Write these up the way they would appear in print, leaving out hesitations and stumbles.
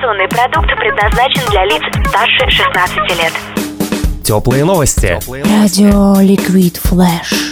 Информационный продукт предназначен для лиц старше 16 лет. Теплые новости. Радио Liquid Flash.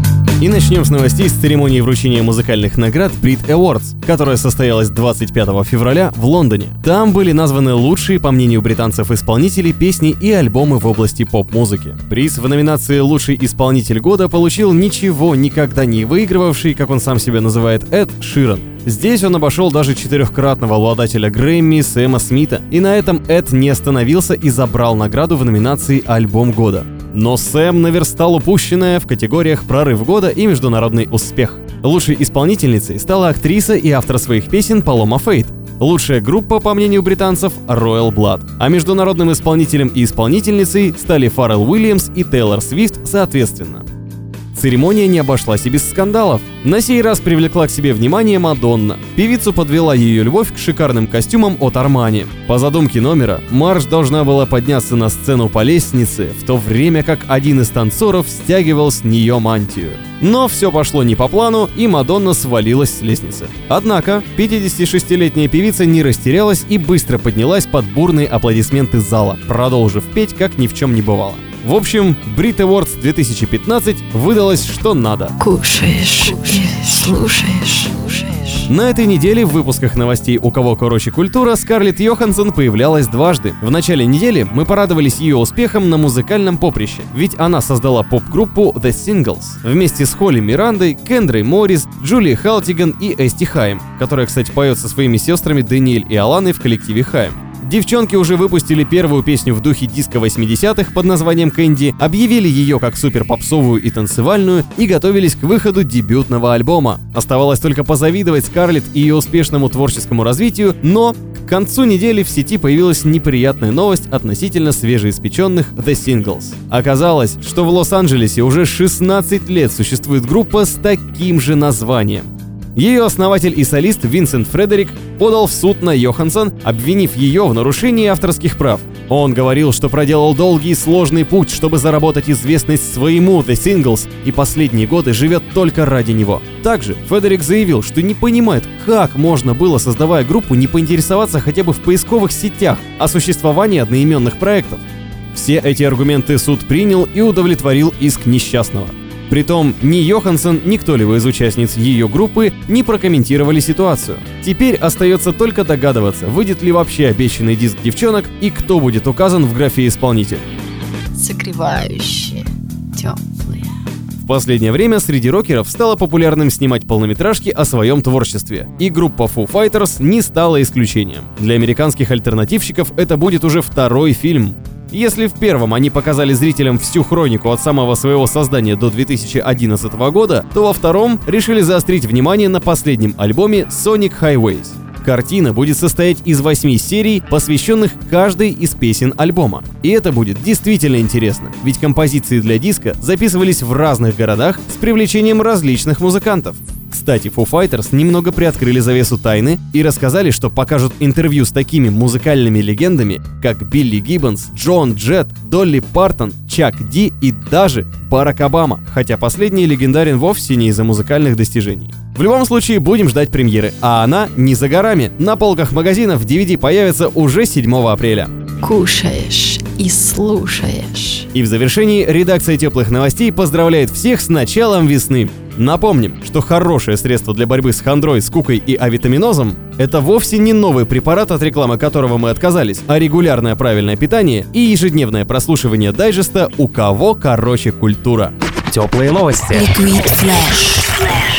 И начнем с новостей с церемонии вручения музыкальных наград Brit Awards, которая состоялась 25 февраля в Лондоне. Там были названы лучшие, по мнению британцев, исполнители, песни и альбомы в области поп-музыки. Приз в номинации «Лучший исполнитель года» получил ничего никогда не выигрывавший, как он сам себя называет, Эд Ширан. Здесь он обошел даже 4-кратного обладателя Грэмми Сэма Смита, и на этом Эд не остановился и забрал награду в номинации «Альбом года». Но Сэм наверстал упущенное в категориях «Прорыв года» и «Международный успех». Лучшей исполнительницей стала актриса и автор своих песен Палома Фейт. Лучшая группа, по мнению британцев, Royal Blood. А международным исполнителем и исполнительницей стали Фаррелл Уильямс и Тейлор Свифт соответственно. Церемония не обошлась и без скандалов. На сей раз привлекла к себе внимание Мадонна. Певицу подвела ее любовь к шикарным костюмам от Армани. По задумке номера, Марш должна была подняться на сцену по лестнице, в то время как один из танцоров стягивал с нее мантию. Но все пошло не по плану, и Мадонна свалилась с лестницы. Однако, 56-летняя певица не растерялась и быстро поднялась под бурные аплодисменты зала, продолжив петь, как ни в чем не бывало. В общем, Brit Awards 2015 выдалось что надо. Кушаешь и слушаешь. На этой неделе в выпусках новостей «У кого короче культура» Скарлетт Йоханссон появлялась дважды. В начале недели мы порадовались ее успехом на музыкальном поприще, ведь она создала поп-группу The Singles вместе с Холли Мирандой, Кендрой Моррис, Джулией Халтиган и Эсти Хайм, которая, кстати, поет со своими сестрами Даниэль и Аланой в коллективе Хайм. Девчонки уже выпустили первую песню в духе диска 80-х под названием «Кэнди», объявили ее как супер-попсовую и танцевальную и готовились к выходу дебютного альбома. Оставалось только позавидовать Скарлетт и ее успешному творческому развитию, но к концу недели в сети появилась неприятная новость относительно свежеиспеченных The Singles. Оказалось, что в Лос-Анджелесе уже 16 лет существует группа с таким же названием. Ее основатель и солист Винсент Фредерик подал в суд на Йоханссон, обвинив ее в нарушении авторских прав. Он говорил, что проделал долгий и сложный путь, чтобы заработать известность своему The Singles, и последние годы живет только ради него. Также Фредерик заявил, что не понимает, как можно было, создавая группу, не поинтересоваться хотя бы в поисковых сетях о существовании одноименных проектов. Все эти аргументы суд принял и удовлетворил иск несчастного. Притом ни Йоханссон, ни кто-либо из участниц ее группы не прокомментировали ситуацию. Теперь остается только догадываться, выйдет ли вообще обещанный диск девчонок и кто будет указан в графе «Исполнитель». Согревающие, теплые. В последнее время среди рокеров стало популярным снимать полнометражки о своем творчестве, и группа Foo Fighters не стала исключением. Для американских альтернативщиков это будет уже второй фильм. Если в первом они показали зрителям всю хронику от самого своего создания до 2011 года, то во втором решили заострить внимание на последнем альбоме Sonic Highways. Картина будет состоять из 8 серий, посвященных каждой из песен альбома. И это будет действительно интересно, ведь композиции для диска записывались в разных городах с привлечением различных музыкантов. Кстати, Foo Fighters немного приоткрыли завесу тайны и рассказали, что покажут интервью с такими музыкальными легендами, как Билли Гиббонс, Джон Джетт, Долли Партон, Чак Ди и даже Барак Обама, хотя последний легендарен вовсе не из-за музыкальных достижений. В любом случае, будем ждать премьеры, а она не за горами. На полках магазинов DVD появится уже 7 апреля. Кушаешь и слушаешь. И в завершении редакция «Теплых новостей» поздравляет всех с началом весны. Напомним, что хорошее средство для борьбы с хандрой, скукой и авитаминозом – это вовсе не новый препарат, от рекламы которого мы отказались, а регулярное правильное питание и ежедневное прослушивание дайджеста «У кого короче культура». Теплые новости. Liquid Flash.